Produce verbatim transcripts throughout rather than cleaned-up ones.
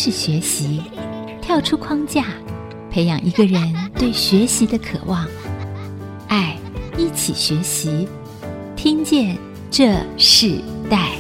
是学习，跳出框架，培养一个人对学习的渴望。爱，一起学习，听见这世代。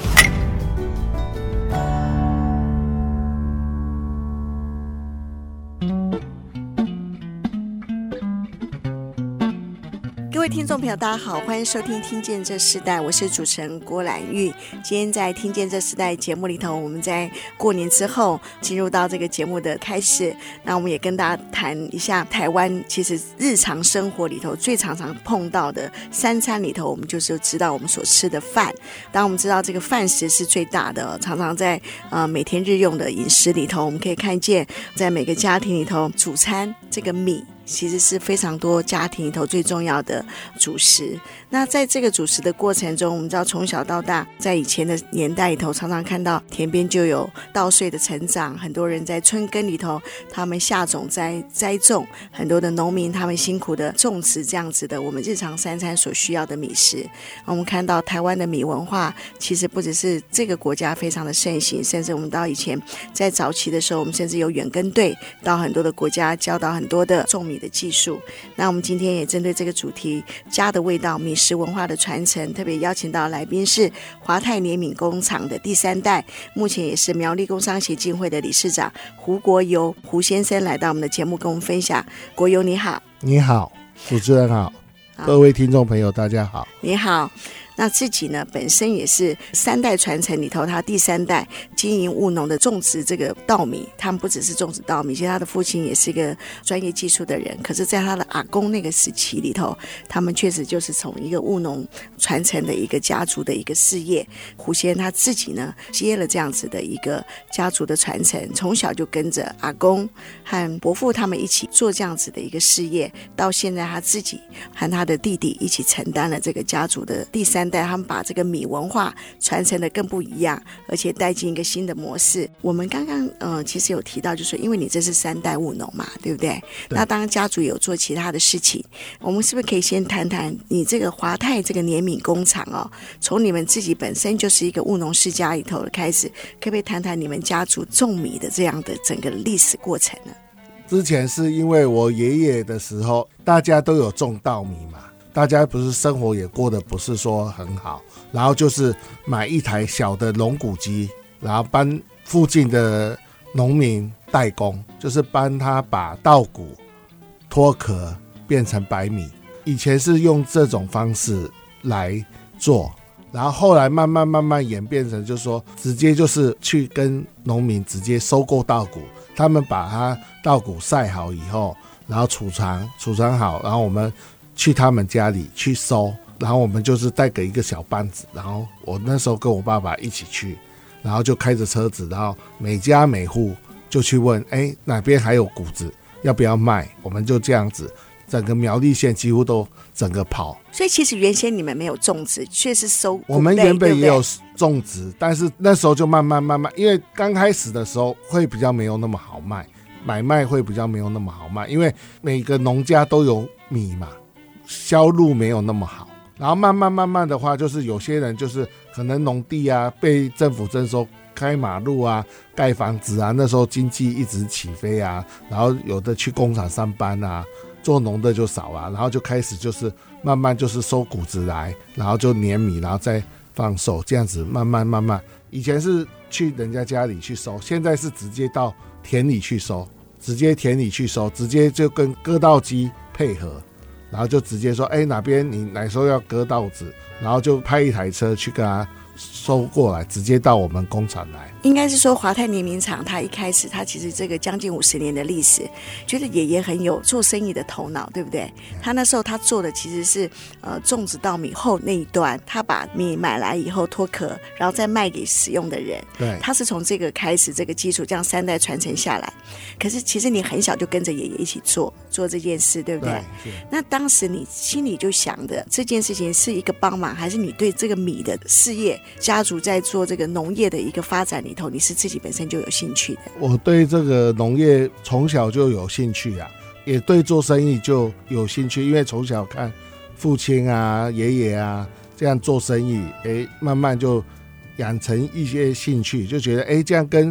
各位听众朋友大家好，欢迎收听听见这世代，我是主持人郭兰玉。今天在听见这世代节目里头，我们在过年之后进入到这个节目的开始，那我们也跟大家谈一下台湾其实日常生活里头最常常碰到的三餐里头，我们就是知道我们所吃的饭。当我们知道这个饭食是最大的，常常在呃每天日用的饮食里头，我们可以看见在每个家庭里头主餐这个米其实是非常多家庭里头最重要的主食。那在这个主食的过程中，我们知道从小到大，在以前的年代里头，常常看到田边就有稻穗的成长，很多人在春耕里头，他们下种栽栽种，很多的农民他们辛苦的种植这样子的我们日常三餐所需要的米食。我们看到台湾的米文化，其实不只是这个国家非常的盛行，甚至我们到以前在早期的时候，我们甚至有远耕队到很多的国家教导很多的种米的技术。那我们今天也针对这个主题，家的味道，米食文化的传承，特别邀请到来宾是华泰碾米工厂的第三代，目前也是苗栗工商协进会的理事长胡国游胡先生来到我们的节目跟我们分享。国游你好。 你好，主持人好，各位听众朋友大家好。 你好。那自己呢本身也是三代传承里头，他第三代经营务农的种植这个稻米，他们不只是种植稻米，其实他的父亲也是一个专业技术的人，可是在他的阿公那个时期里头，他们确实就是从一个务农传承的一个家族的一个事业。胡先他自己呢接了这样子的一个家族的传承，从小就跟着阿公和伯父他们一起做这样子的一个事业，到现在他自己和他的弟弟一起承担了这个家族的第三代，他们把这个米文化传承的更不一样，而且带进一个新的模式。我们刚刚呃其实有提到，就是因为你这是三代务农嘛，对不对？对。那当然家族有做其他的事情，我们是不是可以先谈谈你这个华泰这个碾米工厂哦？从你们自己本身就是一个务农世家里头开始，可不可以谈谈你们家族种米的这样的整个历史过程呢？ 之前是因为我爷爷的时候，大家都有种稻米嘛。大家不是生活也过得不是说很好，然后就是买一台小的龙骨机，然后帮附近的农民代工，就是帮他把稻谷脱壳变成白米。以前是用这种方式来做，然后后来慢慢慢慢演变成就是说直接就是去跟农民直接收购稻谷，他们把它稻谷晒好以后，然后储藏储藏好，然后我们去他们家里去收，然后我们就是带给一个小班子，然后我那时候跟我爸爸一起去，然后就开着车子，然后每家每户就去问，哎，哪边还有谷子要不要卖，我们就这样子整个苗栗县几乎都整个跑。 所以其实原先你们没有种植，却是收谷类。 我们原本也有种植，但是那时候就慢慢慢慢，因为刚开始的时候会比较没有那么好卖，买卖会比较没有那么好卖，因为每个农家都有米嘛，销路没有那么好。然后慢慢慢慢的话，就是有些人就是可能农地啊被政府征收，开马路啊盖房子啊，那时候经济一直起飞啊，然后有的去工厂上班啊，做农的就少啊，然后就开始就是慢慢就是收谷子来，然后就碾米，然后再放售，这样子慢慢慢慢。以前是去人家家里去收，现在是直接到田里去收，直接田里去收，直接就跟割稻机配合，然后就直接说，哎，哪边你哪时候要割稻子，然后就派一台车去跟他收过来，直接到我们工厂来。 应该是说华泰碾米厂，它一开始它其实这个将近五十年的历史，觉得爷爷很有做生意的头脑，对不对？他那时候他做的其实是呃种植稻米后那一段，他把米买来以后脱壳，然后再卖给使用的人。 对， 他是从这个开始，这个基础这样三代传承下来。可是其实你很小就跟着爷爷一起做做这件事，对不对？ 对。 那当时你心里就想的这件事情是一个帮忙，还是你对这个米的事业，家族在做这个农业的一个发展里头，你是自己本身就有兴趣的？ 我对这个农业从小就有兴趣啊，也对做生意就有兴趣，因为从小看父亲啊爷爷啊这样做生意，哎，慢慢就养成一些兴趣，就觉得哎，这样跟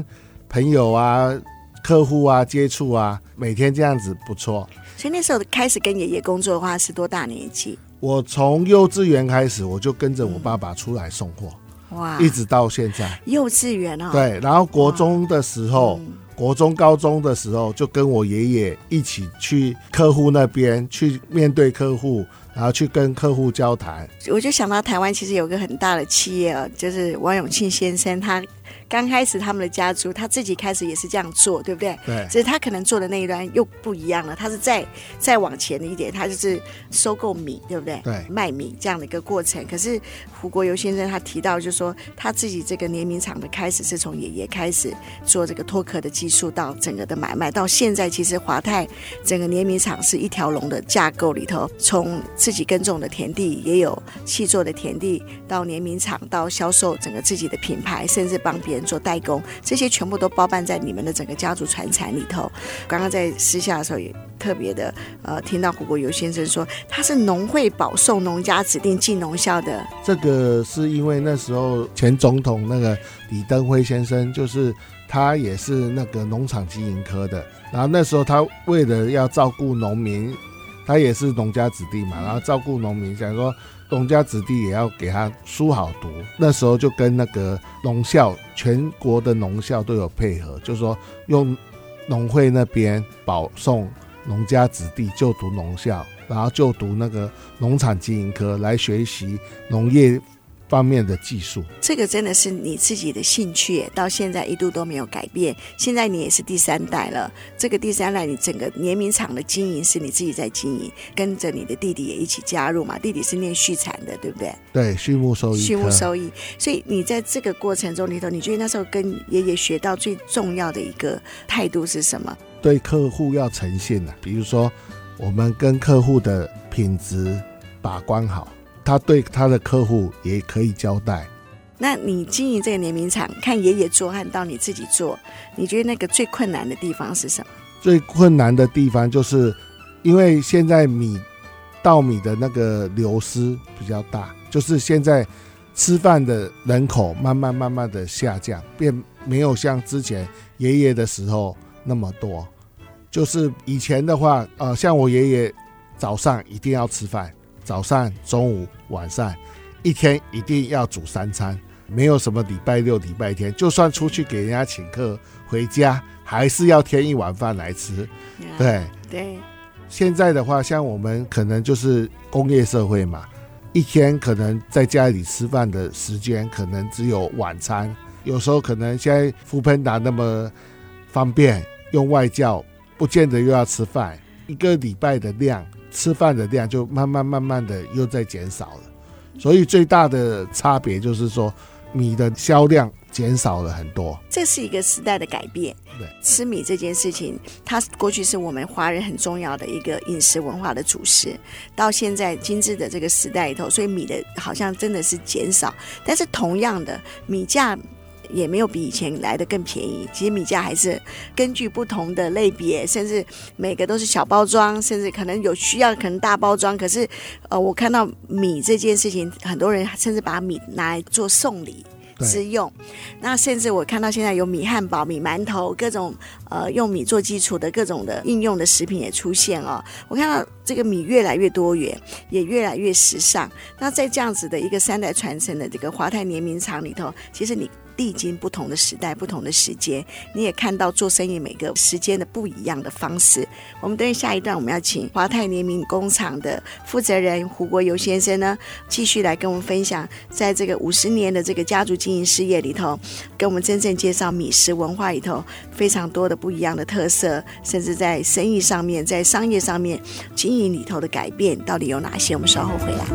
朋友啊、客户啊接触啊，每天这样子不错。 所以那时候开始跟爷爷工作的话是多大年纪？ 我从幼稚园开始，我就跟着我爸爸出来送货，嗯、哇，一直到现在。 幼稚园哦， 对，然后国中的时候。国中高中的时候就跟我爷爷一起去客户那边去面对客户，然后去跟客户交谈。 我就想到台湾其实有个很大的企业、哦、就是王永庆先生，他刚开始他们的家族他自己开始也是这样做，对不对？ 对， 只是他可能做的那一端又不一样了，他是再再往前的一点，他就是收购米，对不对？ 对， 卖米这样的一个过程。可是胡国游先生他提到就是说他自己这个碾米厂的开始是从爷爷开始做这个脱壳的技术到整个的买卖，到现在其实华泰整个碾米厂是一条龙的架构里头，从自己耕种的田地也有契作的田地，到碾米厂，到销售整个自己的品牌，甚至帮别人做代工，这些全部都包办在你们的整个家族传承里头。刚刚在私下的时候也特别的呃，听到胡国游先生说他是农会保送农家指定进农校的。 这个是因为那时候前总统那个李登辉先生，就是他也是那个农场经营科的，然后那时候他为了要照顾农民，他也是农家子弟嘛，然后照顾农民，想说农家子弟也要给他书好读，那时候就跟那个农校，全国的农校都有配合，就是说用农会那边保送农家子弟就读农校，然后就读那个农场经营科来学习农业方面的技术。 这个真的是你自己的兴趣，到现在一度都没有改变。现在你也是第三代了，这个第三代你整个碾米厂的经营是你自己在经营，跟着你的弟弟也一起加入嘛，弟弟是念畜产的对不对？ 对，畜牧收益畜牧收益。所以你在这个过程中里头，你觉得那时候跟爷爷学到最重要的一个态度是什么？ 对客户要诚信啊，比如说我们跟客户的品质把关好，他对他的客户也可以交代。 那你经营这个碾米厂，看爷爷做和到你自己做，你觉得那个最困难的地方是什么？ 最困难的地方就是因为现在米稻米的那个流失比较大，就是现在吃饭的人口慢慢慢慢的下降，变没有像之前爷爷的时候那么多。就是以前的话，呃，像我爷爷早上一定要吃饭，早上、中午、晚上，一天一定要煮三餐，没有什么礼拜六、礼拜天，就算出去给人家请客，回家还是要添一碗饭来吃。Yeah, 对对。 现在的话，像我们可能就是工业社会嘛，一天可能在家里吃饭的时间可能只有晚餐，有时候可能现在Foodpanda那么方便，用外教不见得又要吃饭，一个礼拜的量吃饭的量就慢慢慢慢的又在减少了。所以最大的差别就是说米的销量减少了很多， 这是一个时代的改变。 对， 吃米这件事情，它过去是我们华人很重要的一个饮食文化的主食，到现在精致的这个时代里头，所以米的好像真的是减少，但是同样的米价也没有比以前来的更便宜，其实米价还是根据不同的类别，甚至每个都是小包装，甚至可能有需要可能大包装，可是呃，我看到米这件事情，很多人甚至把米拿来做送礼之用，那甚至我看到现在有米汉堡、米馒头，各种呃用米做基础的各种的应用的食品也出现哦。我看到这个米越来越多元，也越来越时尚。那在这样子的一个三代传承的这个华泰碾米厂里头，其实你历经不同的时代、不同的时间，你也看到做生意每个时间的不一样的方式。我们等于下一段，我们要请华泰碾米工厂的负责人胡国游先生呢，继续来跟我们分享，在这个五十年的这个家族经营事业里头，跟我们真正介绍米食文化里头非常多的不一样的特色，甚至在生意上面、在商业上面经营里头的改变到底有哪些？我们稍后回来。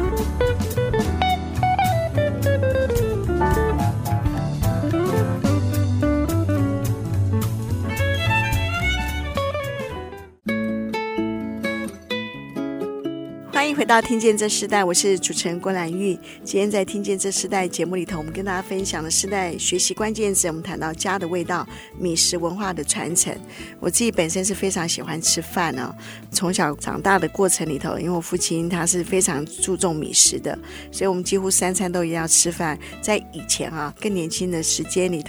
欢迎回到听见这世代，我是主持人郭兰玉。今天在听见这世代节目里头，我们跟大家分享的世代学习关键字，我们谈到家的味道、米食文化的传承。我自己本身是非常喜欢吃饭哦，从小长大的过程里头，因为我父亲他是非常注重米食的，所以我们几乎三餐都一定要吃饭。在以前啊更年轻的时间里头，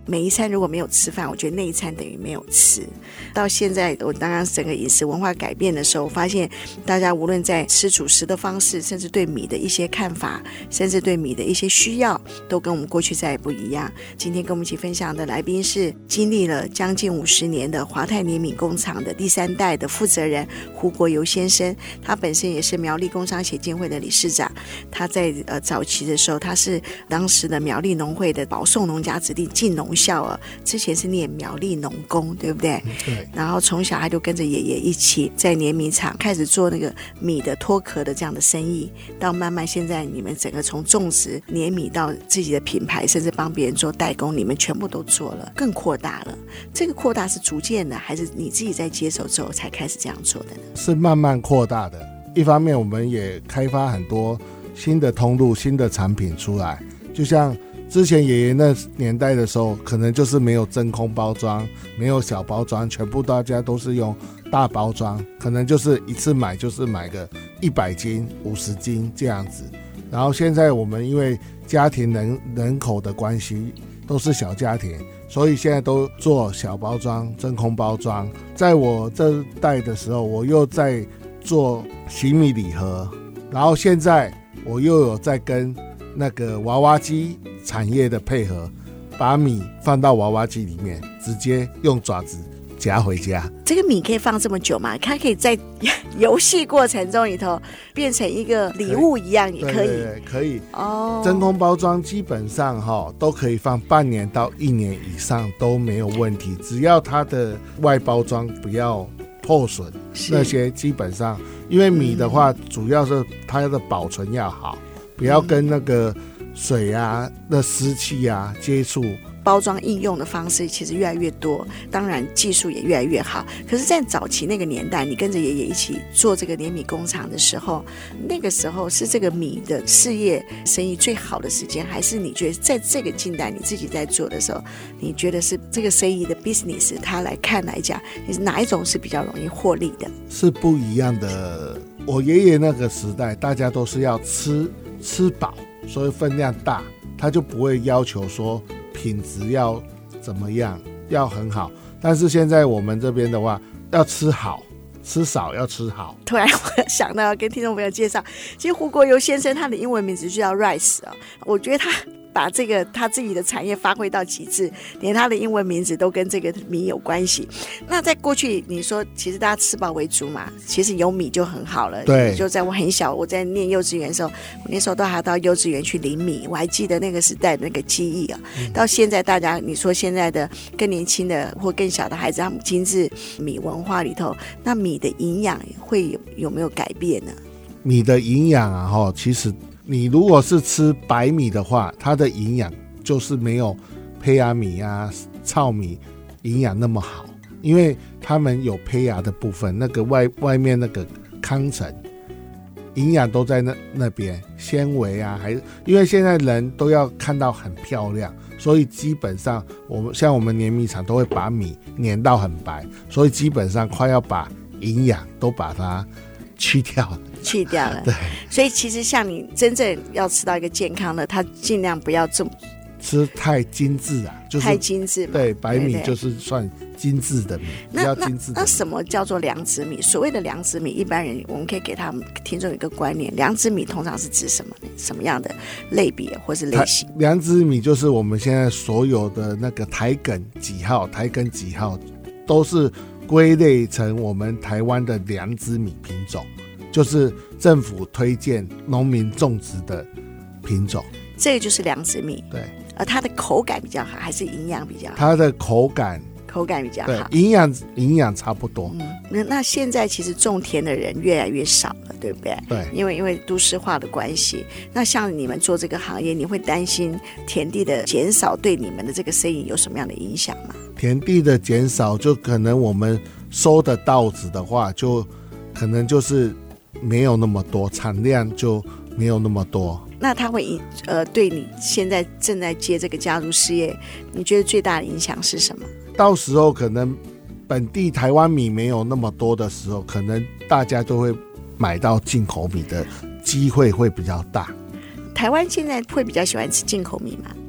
每一餐如果没有吃饭，我觉得那一餐等于没有吃。到现在我刚刚整个饮食文化改变的时候，我发现大家无论在吃主食的方式，甚至对米的一些看法，甚至对米的一些需要，都跟我们过去再也不一样。今天跟我们一起分享的来宾是经历了将近五十年的华泰碾米工厂的第三代的负责人胡国游先生，他本身也是苗栗工商协进会的理事长。他在呃早期的时候，他是当时的苗栗农会的保送农家子弟进农校啊，之前是念苗栗农工，对不对？ 对。 然后从小他就跟着爷爷一起在碾米厂开始做那个米的脱壳的这样的生意，到慢慢现在你们整个从种植碾米到自己的品牌，甚至帮别人做代工，你们全部都做了，更扩大了。这个扩大是逐渐的，还是你自己在接手之后才开始这样做的呢？ 是慢慢扩大的。一方面我们也开发很多新的通路、新的产品出来，就像之前爷爷那年代的时候，可能就是没有真空包装，没有小包装，全部大家都是用大包装，可能就是一次买就是买个一百斤、五十斤这样子。然后现在我们因为家庭 人, 人口的关系，都是小家庭，所以现在都做小包装、真空包装。在我这代的时候，我又在做洗米礼盒，然后现在我又有在跟那个娃娃机产业的配合，把米放到娃娃机里面，直接用爪子夹回家。 这个米可以放这么久吗？它可以在游戏过程中里头变成一个礼物一样，也可以。 对对对，可以。 哦， 真空包装基本上哈都可以放半年到一年以上都没有问题，只要它的外包装不要破损，那些基本上，因为米的话，嗯、主要是它的保存要好，不要跟那个水啊、那湿气啊接触。 包装应用的方式其实越来越多，当然技术也越来越好。可是在早期那个年代，你跟着爷爷一起做这个碾米工厂的时候，那个时候是这个米的事业生意最好的时间，还是你觉得在这个近代你自己在做的时候，你觉得是这个生意的 business 它来看来讲，你是哪一种是比较容易获利的？ 是不一样的。我爷爷那个时代，大家都是要吃吃饱，所以分量大，他就不会要求说品质要怎么样，要很好。但是现在我们这边的话，要吃好，吃少要吃好。 突然我想到要跟听众朋友介绍，其实胡国游先生他的英文名字就叫 Rice 啊，我觉得他把这个他自己的产业发挥到极致，连他的英文名字都跟这个米有关系。那在过去你说其实大家吃饱为主嘛，其实有米就很好了。 对， 就在我很小，我在念幼稚园的时候，我那时候都还要到幼稚园去领米，我还记得那个时代的那个记忆啊。嗯、到现在大家你说现在的更年轻的或更小的孩子，他们精致米文化里头，那米的营养会 有, 有没有改变呢？ 米的营养啊，其实你如果是吃白米的话，它的营养就是没有胚芽米啊、糙米营养那么好，因为它们有胚芽的部分，那个 外, 外面那个糠层营养都在 那, 那边，纤维啊，还因为现在人都要看到很漂亮，所以基本上我们像我们碾米厂都会把米碾到很白，所以基本上快要把营养都把它去掉了。 去掉了， 对， 所以其实像你真正要吃到一个健康的，它尽量不要这么吃太精致啊，就是太精致嘛。 对，白米就是算精致的米，比较精致的米。那, 那什么叫做良质米？所谓的良质米，一般人我们可以给他们听众一个观念，良质米通常是指什么呢？什么样的类别或是类型？ 良质米就是我们现在所有的那个台梗几号、台梗几号，都是归类成我们台湾的良质米品种。就是政府推荐农民种植的品种， 这个就是良质米。 对， 而它的口感比较好，还是营养比较好？ 它的口感， 口感比较好， 对，营养营养差不多。 嗯，那那现在其实种田的人越来越少了，对不对？ 对， 因为因为都市化的关系。那像你们做这个行业，你会担心田地的减少对你们的这个生意有什么样的影响吗？ 田地的减少，就可能我们收的稻子的话，就可能就是没有那么多，产量就没有那么多。 那它会呃对你现在正在接这个家族事业，你觉得最大的影响是什么？ 到时候可能本地台湾米没有那么多的时候，可能大家都会买到进口米的机会会比较大。 台湾现在会比较喜欢吃进口米吗？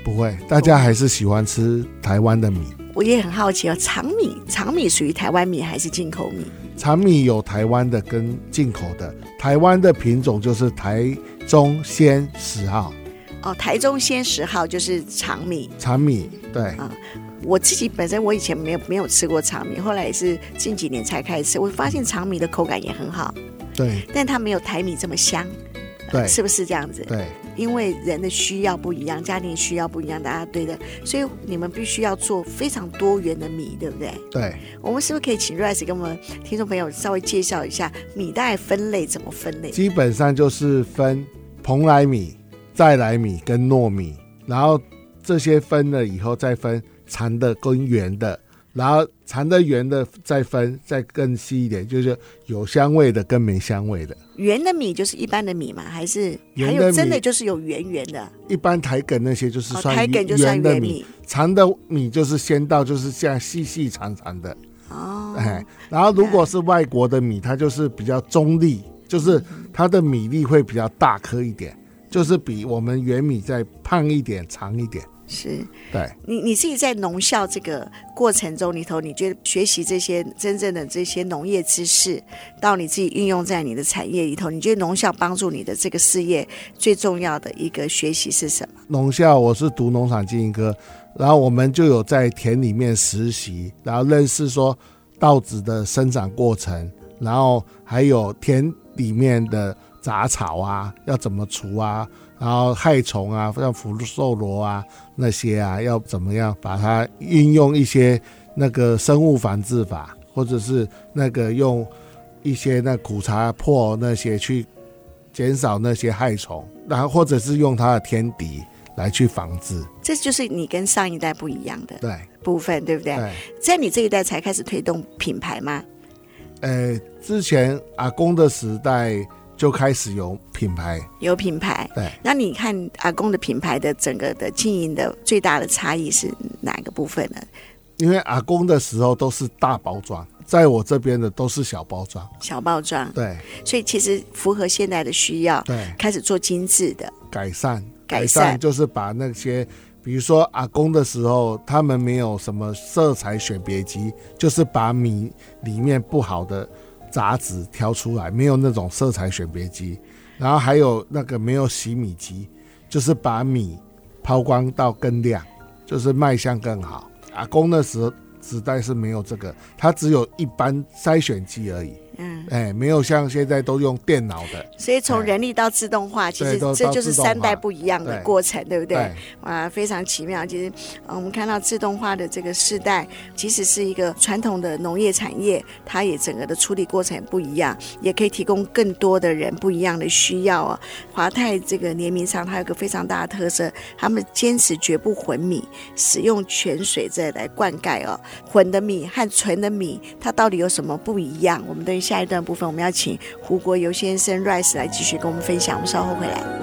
不会，大家还是喜欢吃台湾的米。 我也很好奇哦，长米长米属于台湾米还是进口米？ 长米有台湾的跟进口的，台湾的品种就是台中鲜十号。 哦，台中鲜十号就是长米。 长米，对。 嗯，我自己本身我以前没有没有吃过长米，后来也是近几年才开始吃。我发现长米的口感也很好， 对， 但它没有台米这么香。 对， 呃、是不是这样子？ 对， 因为人的需要不一样，家庭需要不一样，大家对的，所以你们必须要做非常多元的米，对不对？ 对。 我们是不是可以请 Rice 跟我们听众朋友稍微介绍一下米大概分类怎么分类？ 基本上就是分蓬莱米、再来米跟糯米，然后这些分了以后再分长的跟圆的，然后长的圆的再分再更细一点，就是有香味的跟没香味的。 圆的米就是一般的米吗？还是还有真的就是有圆圆的？ 一般台梗那些就是算台梗就算圆米， 长的米就是鲜稻，就是这样细细长长的。 哦， 哎，然后如果是外国的米，它就是比较中粒，就是它的米粒会比较大颗一点，就是比我们圆米再胖一点、长一点。 是， 对。 你你自己在农校这个过程中里头，你觉得学习这些真正的这些农业知识，到你自己运用在你的产业里头，你觉得农校帮助你的这个事业最重要的一个学习是什么？ 农校我是读农场经营科，然后我们就有在田里面实习，然后认识说稻子的生长过程，然后还有田里面的杂草啊要怎么除啊，然后害虫啊像福寿螺啊那些啊要怎么样把它运用一些那个生物防治法，或者是那个用一些那苦茶粕那些去减少那些害虫，然后或者是用它的天敌来去防治。 这就是你跟上一代不一样的部分， 对, 对不对？ 对， 在你这一代才开始推动品牌吗？ 呃，之前阿公的时代就开始有品牌， 有品牌。 对， 那你看阿公的品牌的整个的经营的最大的差异是哪个部分呢？ 因为阿公的时候都是大包装，在我这边的都是小包装。 小包装， 对， 所以其实符合现在的需要， 对， 开始做精致的改善， 改善就是把那些，比如说阿公的时候，他们没有什么色彩选别机，就是把米里面不好的杂质挑出来，没有那种色彩选别机，然后还有那个没有洗米机，就是把米抛光到更亮，就是卖相更好。阿公那时候时代是没有这个，它只有一般筛选机而已。嗯，哎，没有像现在都用电脑的， 所以从人力到自动化，其实这就是三代不一样的过程， 对, 对不对？对，哇，非常奇妙。其实、呃、我们看到自动化的这个世代，即使是一个传统的农业产业，它也整个的处理过程不一样，也可以提供更多的人不一样的需要哦。华泰这个联名厂，它有一个非常大的特色，他们坚持绝不混米，使用泉水再来灌溉哦。混的米和纯的米，它到底有什么不一样？我们等下一段部分，我们要请胡国游先生 Rice 来继续跟我们分享。我们稍后回来。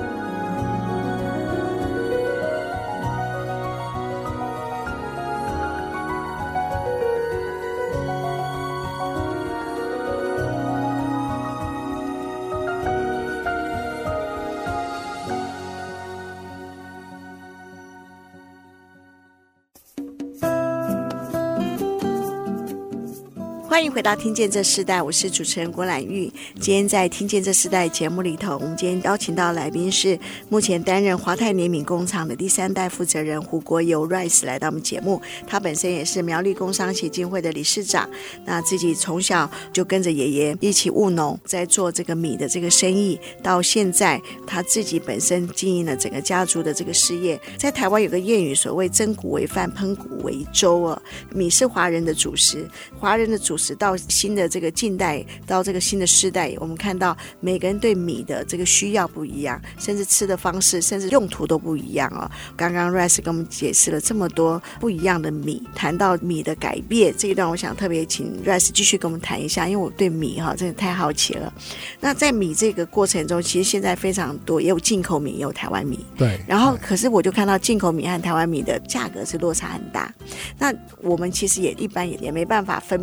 欢迎回到听见这世代，我是主持人郭兰玉。今天在听见这世代节目里头，我们今天邀请到来宾是目前担任华泰联名工厂的第三代负责人胡国游 Rice 来到我们节目。他本身也是苗栗工商协进会的理事长，那自己从小就跟着爷爷一起务农，在做这个米的这个生意，到现在他自己本身经营了整个家族的这个事业。在台湾有个谚语，所谓蒸谷为饭，烹谷为粥哦。米是华人的主食，华人的主食到新的这个近代，到这个新的世代，我们看到每个人对米的这个需要不一样，甚至吃的方式，甚至用途都不一样哦。刚刚 Rice 跟我们解释了这么多不一样的米，谈到米的改变这一段，我想特别请 Rice 继续跟我们谈一下，因为我对米哈真的太好奇了。那在米这个过程中，其实现在非常多，也有进口米，也有台湾米。 对。 然后，可是我就看到进口米和台湾米的价格是落差很大。那我们其实也一般也也没办法分辨，因为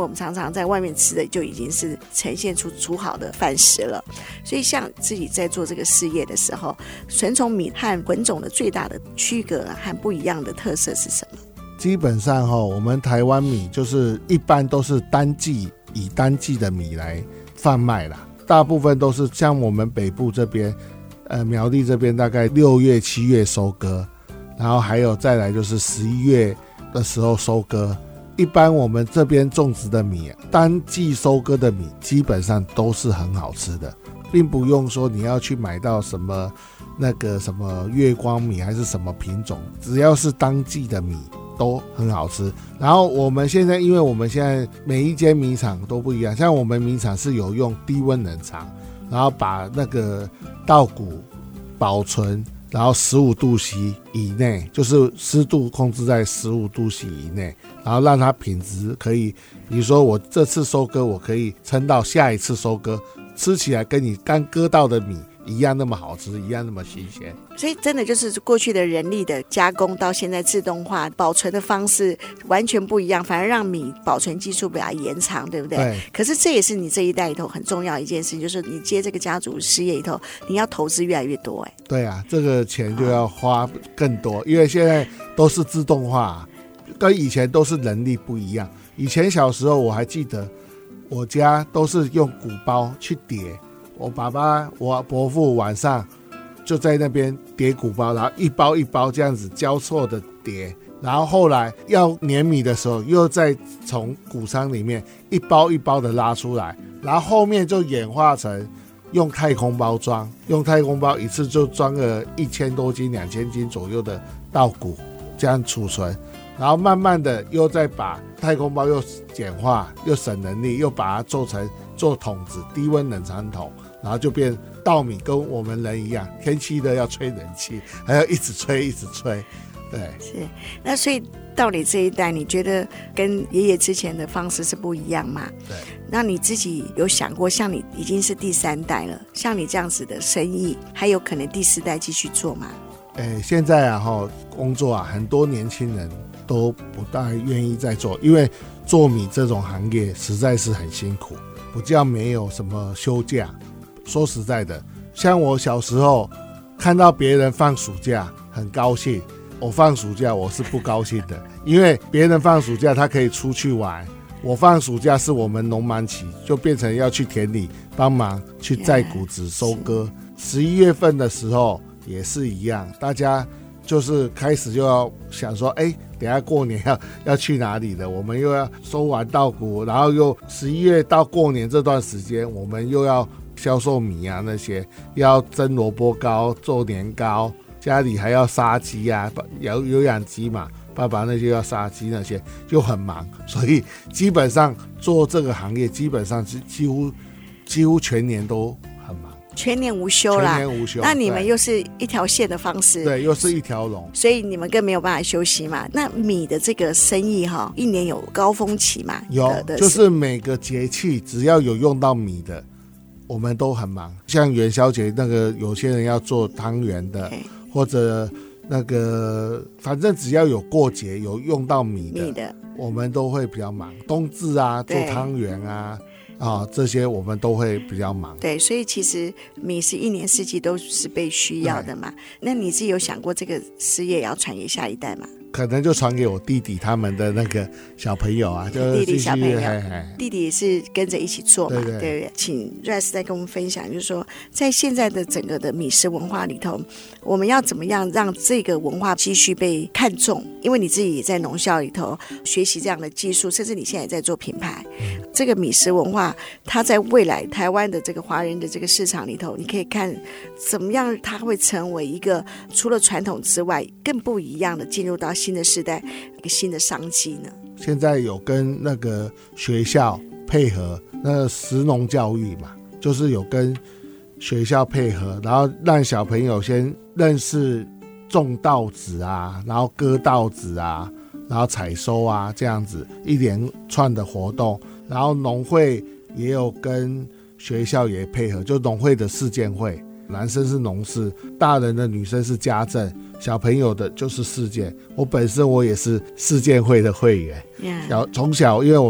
们常常在外面吃的就已经是呈现出煮好的饭食了。所以像自己在做这个事业的时候，纯种米和混种的最大的区隔和不一样的特色是什么？ 基本上、哦、我们台湾米就是一般都是单季以单季的米来贩卖啦，大部分都是像我们北部这边呃，苗栗这边大概六月七月收割，然后还有再来就是十一月的时候收割。一般我们这边种植的米，单季收割的米基本上都是很好吃的，并不用说你要去买到什么那个什么月光米还是什么品种，只要是当季的米都很好吃。然后我们现在因为我们现在每一间米厂都不一样，像我们米厂是有用低温冷藏，然后把那个稻谷保存，然后十五度 C 以内，就是湿度控制在十五度 C 以内，然后让它品质可以，比如说我这次收割我可以撑到下一次收割，吃起来跟你刚割到的米一样那么好吃，一样那么新鲜。 所以真的就是过去的人力的加工到现在自动化保存的方式完全不一样，反而让米保存技术比较延长，对不对？ 对。 可是这也是你这一代里头很重要一件事，就是你接这个家族事业里头，你要投资越来越多。哎， 对啊，这个钱就要花更多，因为现在都是自动化，跟以前都是人力不一样。以前小时候我还记得，我家都是用鼓包去叠。我爸爸我伯父晚上就在那边叠鼓包，然后一包一包这样子交错的叠，然后后来要碾米的时候又再从谷仓里面一包一包的拉出来，然后后面就演化成用太空包装，用太空包一次就装个一千多斤两千斤左右的稻谷，这样储存，然后慢慢的又再把太空包又简化又省能力，又把它做成做桶子，低温冷藏桶，然后就变稻米跟我们人一样，天气热要吹冷气，还要一直吹一直吹。对， 是。那所以到你这一代，你觉得跟爷爷之前的方式是不一样吗？ 对。 那你自己有想过，像你已经是第三代了，像你这样子的生意，还有可能第四代继续做吗？ 欸、现在啊，工作啊，很多年轻人都不大愿意再做，因为做米这种行业实在是很辛苦，不叫没有什么休假。说实在的，像我小时候看到别人放暑假很高兴，我放暑假我是不高兴的，因为别人放暑假他可以出去玩，我放暑假是我们农忙期，就变成要去田里帮忙去摘谷子收割。十一月份的时候也是一样，大家就是开始就要想说，哎，等一下过年要要去哪里了？我们又要收完稻谷，然后又十一月到过年这段时间，我们又要销售米啊，那些要蒸萝卜糕、做年糕，家里还要杀鸡啊，有有养鸡嘛，爸爸那些要杀鸡那些就很忙，所以基本上做这个行业基本上几乎几乎全年都很忙。 全年无休啦， 全年无休。 那你们又是一条线的方式， 对，又是一条龙， 所以你们更没有办法休息嘛。那米的这个生意哈，一年有高峰期嘛？ 有，就是每个节气只要有用到米的，我们都很忙。像元宵节那个，有些人要做汤圆的，或者那个，反正只要有过节有用到米的，米的我们都会比较忙。冬至啊，做汤圆啊。啊，这些我们都会比较忙。 对，所以其实米是一年四季都是被需要的嘛。那你自己有想过这个事业要传给下一代吗？ 可能就传给我弟弟他们的那个小朋友啊，就是弟弟小朋友，嘿嘿弟弟也是跟着一起做嘛，对不 对, 对？请 Rex 再跟我们分享，就是说在现在的整个的米食文化里头，我们要怎么样让这个文化继续被看重？因为你自己也在农校里头学习这样的技术，甚至你现在也在做品牌。嗯、这个米食文化，它在未来台湾的这个华人的这个市场里头，你可以看怎么样它会成为一个除了传统之外更不一样的进入到新的时代一个新的商机呢？ 现在有跟那个学校配合，那食农教育嘛，就是有跟学校配合，然后让小朋友先认识种稻子啊，然后割稻子啊，然后采收啊，这样子一连串的活动。然后农会也有跟学校也配合，就农会的事件会，男生是农事，大人的女生是家政，小朋友的就是事件。我本身我也是事件会的会员， yeah. 从小因为我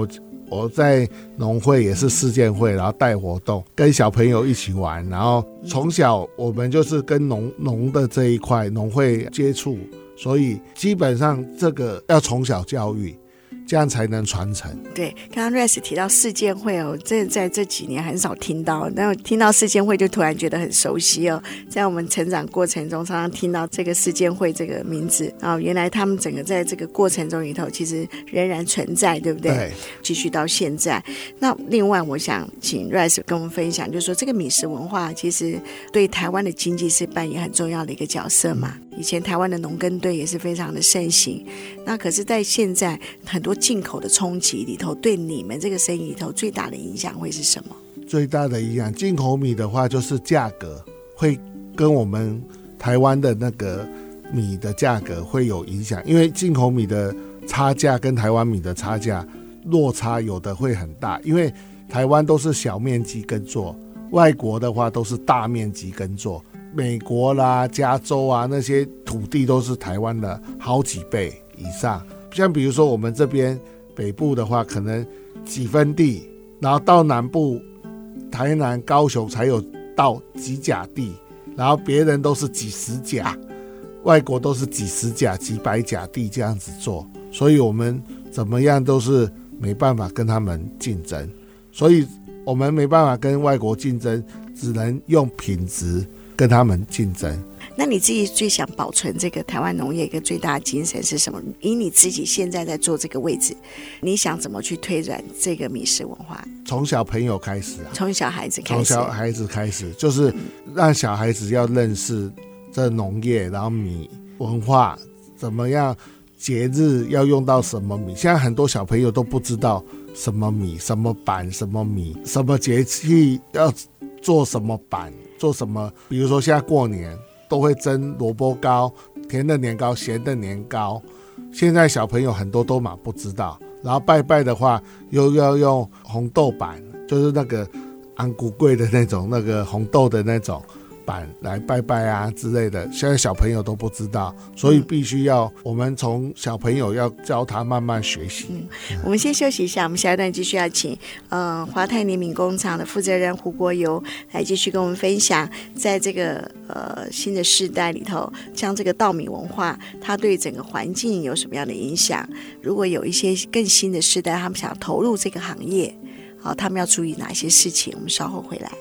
我在农会也是世建会，然后带活动，跟小朋友一起玩，然后从小我们就是跟农农的这一块农会接触，所以基本上这个要从小教育，这样才能传承。 对，刚刚 Rex 提到世建会哦，真的在这几年很少听到，但听到世建会就突然觉得很熟悉哦。在我们成长过程中，常常听到这个世建会这个名字，然后原来他们整个在这个过程中里头，其实仍然存在，对不对？ 对， 继续到现在。那另外，我想请 Rex 跟我们分享，就是说这个米食文化其实对台湾的经济是扮演很重要的一个角色嘛。以前台湾的农耕队也是非常的盛行，那可是在现在很多进口的冲击里头，对你们这个生意里头最大的影响会是什么？ 最大的影响，进口米的话就是价格会跟我们台湾的那个米的价格会有影响，因为进口米的差价跟台湾米的差价落差有的会很大，因为台湾都是小面积耕作，外国的话都是大面积耕作，美国啦、加州啊那些土地都是台湾的好几倍以上。像比如说我们这边北部的话，可能几分地，然后到南部台南、高雄才有到几甲地，然后别人都是几十甲，外国都是几十甲、几百甲地这样子做，所以我们怎么样都是没办法跟他们竞争，所以我们没办法跟外国竞争，只能用品质跟他们竞争。 那你自己最想保存这个台湾农业一个最大的精神是什么？以你自己现在在做这个位置，你想怎么去推展这个米食文化？ 从小朋友开始啊， 从小孩子开始， 从小孩子开始，就是让小孩子要认识这农业，然后米文化怎么样，节日要用到什么米。现在很多小朋友都不知道什么米、什么板、什么米，什么节气要做什么板，做什么。比如说现在过年都会蒸萝卜糕，甜的年糕、咸的年糕，现在小朋友很多都嘛不知道。然后拜拜的话，又要用红豆板，就是那个安骨贵的那种，那个红豆的那种板来拜拜啊之类的，现在小朋友都不知道，所以必须要我们从小朋友要教他慢慢学习。 嗯，我们先休息一下，我们下一段继续要请呃华泰联名工厂的负责人胡国游来继续跟我们分享，在这个呃新的世代里头，像这个稻米文化，它对整个环境有什么样的影响？如果有一些更新的世代，他们想投入这个行业，好，他们要注意哪些事情？我们稍后回来。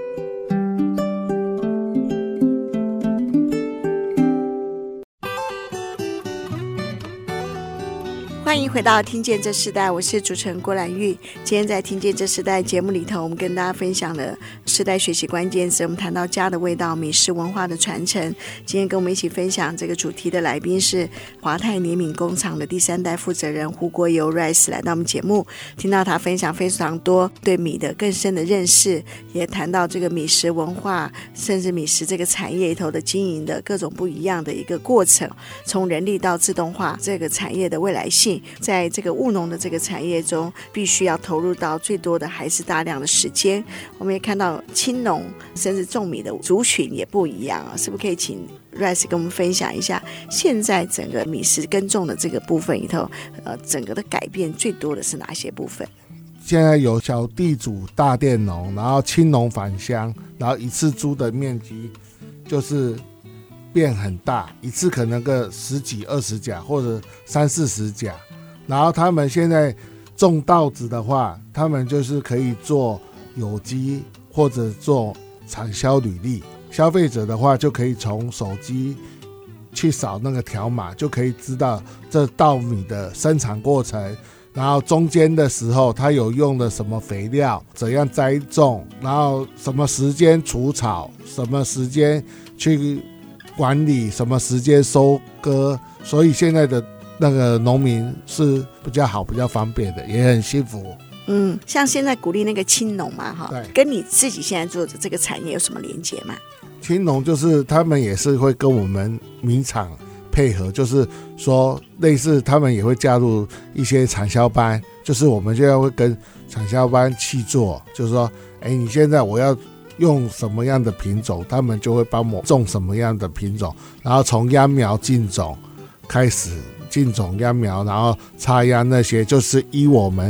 欢迎回到听见这世代，我是主持人郭兰玉。今天在听见这世代节目里头，我们跟大家分享了世代学习关键词，我们谈到家的味道，米食文化的传承。今天跟我们一起分享这个主题的来宾是华泰联名工厂的第三代负责人胡国游 Rice 来到我们节目，听到他分享非常多对米的更深的认识，也谈到这个米食文化，甚至米食这个产业里头的经营的各种不一样的一个过程，从人力到自动化这个产业的未来性。在这个务农的这个产业中，必须要投入到最多的还是大量的时间。我们也看到青农甚至种米的族群也不一样啊，是不是可以请 Rice 跟我们分享一下，现在整个米食耕种的这个部分里头，呃，整个的改变最多的是哪些部分？ 现在有小地主、大佃农，然后青农返乡，然后一次租的面积就是变很大，一次可能个十几、二十甲或者三四十甲。然后他们现在种稻子的话，他们就是可以做有机或者做产销履历。消费者的话就可以从手机去扫那个条码，就可以知道这稻米的生产过程，然后中间的时候它有用的什么肥料，怎样栽种，然后什么时间除草，什么时间去管理，什么时间收割。所以现在的那个农民是比较好、比较方便的，也很幸福。 嗯，像现在鼓励那个青农嘛，哈，跟你自己现在做的这个产业有什么连结吗？ 青农就是他们也是会跟我们米厂配合，就是说类似他们也会加入一些产销班，就是我们现在会跟产销班去做，就是说，哎，你现在我要用什么样的品种，他们就会帮我种什么样的品种，然后从秧苗进种开始进种秧苗，然后插秧那些，就是依我们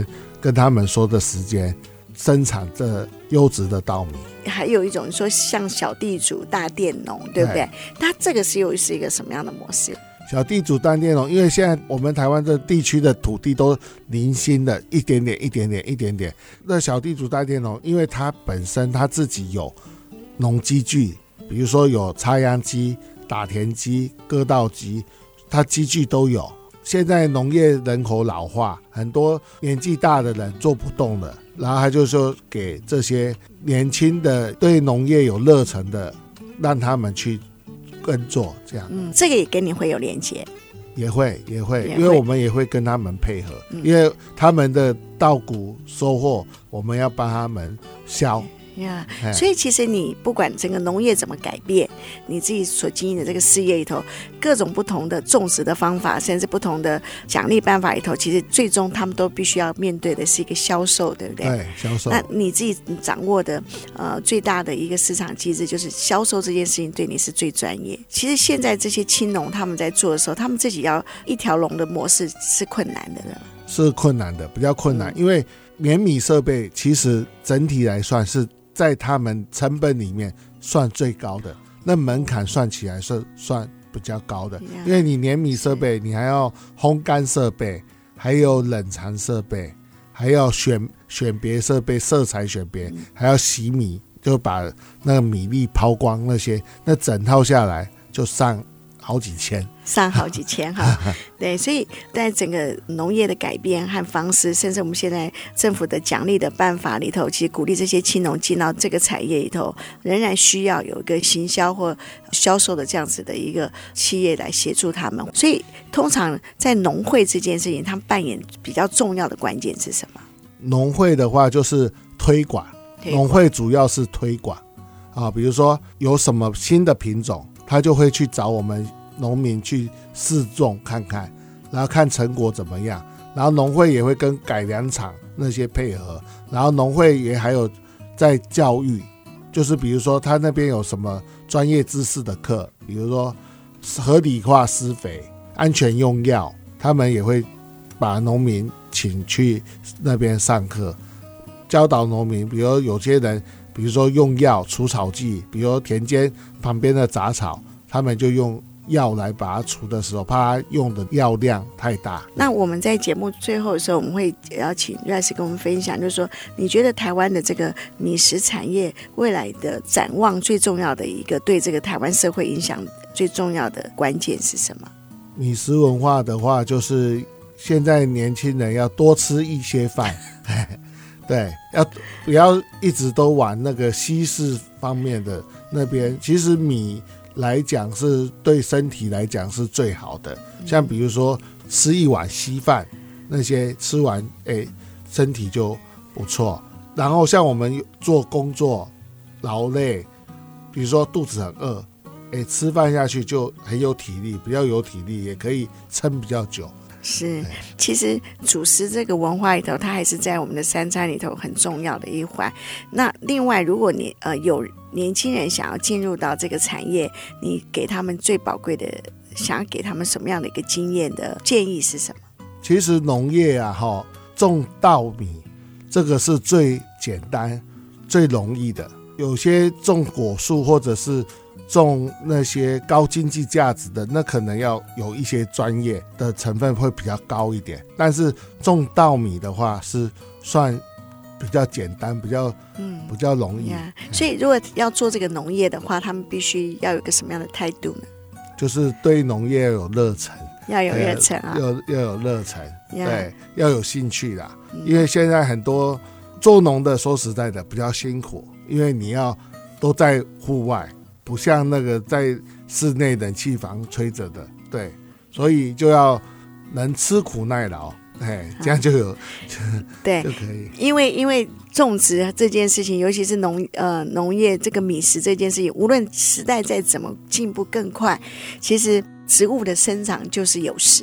跟他们说的时间生产这优质的稻米。 还有一种说像小地主大佃农，对不对？那这个是又是一个什么样的模式？ 小地主大佃农，因为现在我们台湾这地区的土地都零星的，一点点一点点一点点。那小地主大佃农，因为他本身他自己有农机具，比如说有插秧机、打田机、割稻机，他机具都有。现在农业人口老化，很多年纪大的人做不动了，然后他就说给这些年轻的对农业有热忱的，让他们去耕作，这样。 嗯，这个也跟你会有连结。 也会也会， 也会因为我们也会跟他们配合，嗯、因为他们的稻谷收获，我们要帮他们销。 呀、yeah, 所以其实你不管整个农业怎么改变，你自己所经营的这个事业里头，各种不同的种植的方法，甚至不同的奖励办法里头，其实最终他们都必须要面对的是一个销售，对不对？ 对，销售。 那你自己掌握的呃最大的一个市场机制，就是销售这件事情对你是最专业。其实现在这些青农他们在做的时候，他们自己要一条龙的模式是困难的了， 是困难的，比较困难，嗯、因为碾米设备其实整体来算是在他们成本里面算最高的，那门槛算起来是算比较高的， yeah, 因为你碾米设备，你还要烘干设备，还有冷藏设备，还要选选别设备，色彩选别，嗯、还要洗米，就把那个米粒抛光那些，那整套下来就上好几千。 上好几千哈，对，所以在整个农业的改变和方式，甚至我们现在政府的奖励的办法里头，其实鼓励这些青农进到这个产业里头，仍然需要有一个行销或销售的这样子的一个企业来协助他们。所以通常在农会这件事情，他们扮演比较重要的关键是什么？ 农会的话就是推广，农会主要是推广啊，比如说有什么新的品种，他就会去找我们农民去试种看看，然后看成果怎么样，然后农会也会跟改良场那些配合，然后农会也还有在教育，就是比如说他那边有什么专业知识的课，比如说合理化施肥、安全用药，他们也会把农民请去那边上课，教导农民，比如有些人比如说用药除草剂，比如田间旁边的杂草，他们就用药来把它除的时候，怕它用的药量太大。 那我们在节目最后的时候，我们会邀请 Rice 跟我们分享，就是说你觉得台湾的这个米食产业未来的展望最重要的一个对这个台湾社会影响最重要的关键是什么？ 米食文化的话，就是现在年轻人要多吃一些饭对，要不要一直都往那个西式方面的那边，其实米来讲是对身体来讲是最好的，像比如说吃一碗稀饭，那些吃完哎身体就不错。然后像我们做工作劳累，比如说肚子很饿，哎吃饭下去就很有体力，比较有体力，也可以撑比较久。 是，其实主食这个文化里头，它还是在我们的三餐里头很重要的一环。那另外，如果你呃有年轻人想要进入到这个产业，你给他们最宝贵的，想要给他们什么样的一个经验的建议是什么？ 其实农业啊，哈，种稻米这个是最简单、最容易的。有些种果树或者是种那些高经济价值的，那可能要有一些专业的成分会比较高一点，但是种稻米的话是算比较简单，比较嗯比较容易、 yeah, 所以如果要做这个农业的话，他们必须要有个什么样的态度呢？ 就是对农业要有热忱， 要有热忱啊， 要要有热忱、 yeah. 对，要有兴趣啦、嗯、因为现在很多做农的说实在的比较辛苦，因为你要都在户外，不像那个在室内冷气房吹着的，对，所以就要能吃苦耐劳，哎，这样就有对就可以。 因为因为种植这件事情，尤其是农呃农业这个米食这件事情，无论时代再怎么进步更快，其实植物的生长就是有时。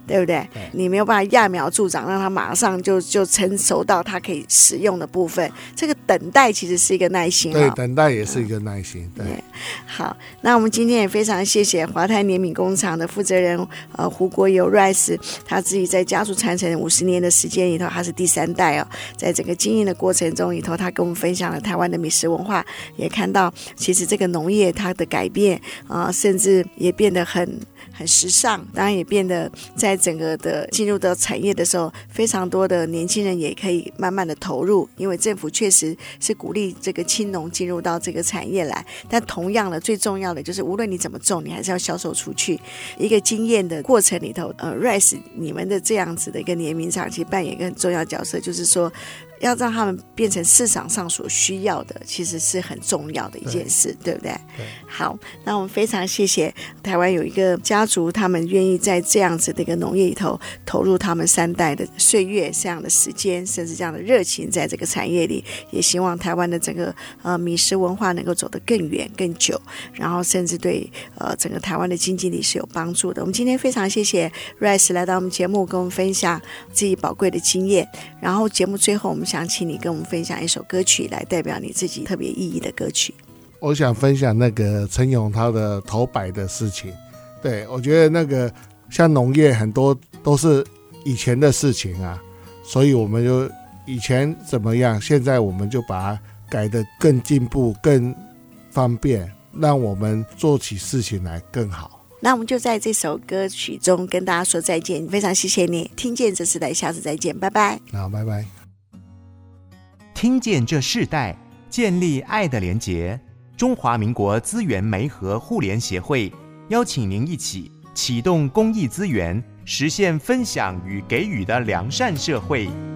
对不对？ 对， 你没有办法揠苗助长，让它马上就就成熟到它可以使用的部分。这个等待其实是一个耐心、哦、 对，等待也是一个耐心。对， 对，好，那我们今天也非常谢谢华泰碾米工厂的负责人呃胡国友 Rice， 他自己在家族传承五十年的时间里头，他是第三代哦，在整个经营的过程中里头，他跟我们分享了台湾的米食文化，也看到其实这个农业它的改变啊、呃，甚至也变得很很时尚，当然也变得在整个的进入到产业的时候，非常多的年轻人也可以慢慢的投入，因为政府确实是鼓励这个青农进入到这个产业来，但同样的最重要的就是无论你怎么种，你还是要销售出去。一个经验的过程里头，呃 Rice 你们的这样子的一个碾米厂其实扮演一个很重要的角色，就是说要让他们变成市场上所需要的，其实是很重要的一件事， 对, 对不对？ 对。 好，那我们非常谢谢台湾有一个家族，他们愿意在这样子的一个农业里头投入他们三代的岁月这样的时间，甚至这样的热情在这个产业里，也希望台湾的整个呃米食文化能够走得更远更久，然后甚至对呃整个台湾的经济力是有帮助的。我们今天非常谢谢 Rice 来到我们节目跟我们分享自己宝贵的经验，然后节目最后我们想请你跟我们分享一首歌曲来代表你自己特别意义的歌曲。 我想分享那个陈永涛的头摆的事情。对，我觉得那个像农业很多都是以前的事情啊，所以我们就以前怎么样，现在我们就把它改得更进步更方便，让我们做起事情来更好。 那我们就在这首歌曲中跟大家说再见，非常谢谢你，听见这世代，下次再见，拜拜。 好，拜拜。 听见这世代，建立爱的连结。中华民国资源媒合互联协会邀请您一起启动公益资源，实现分享与给予的良善社会。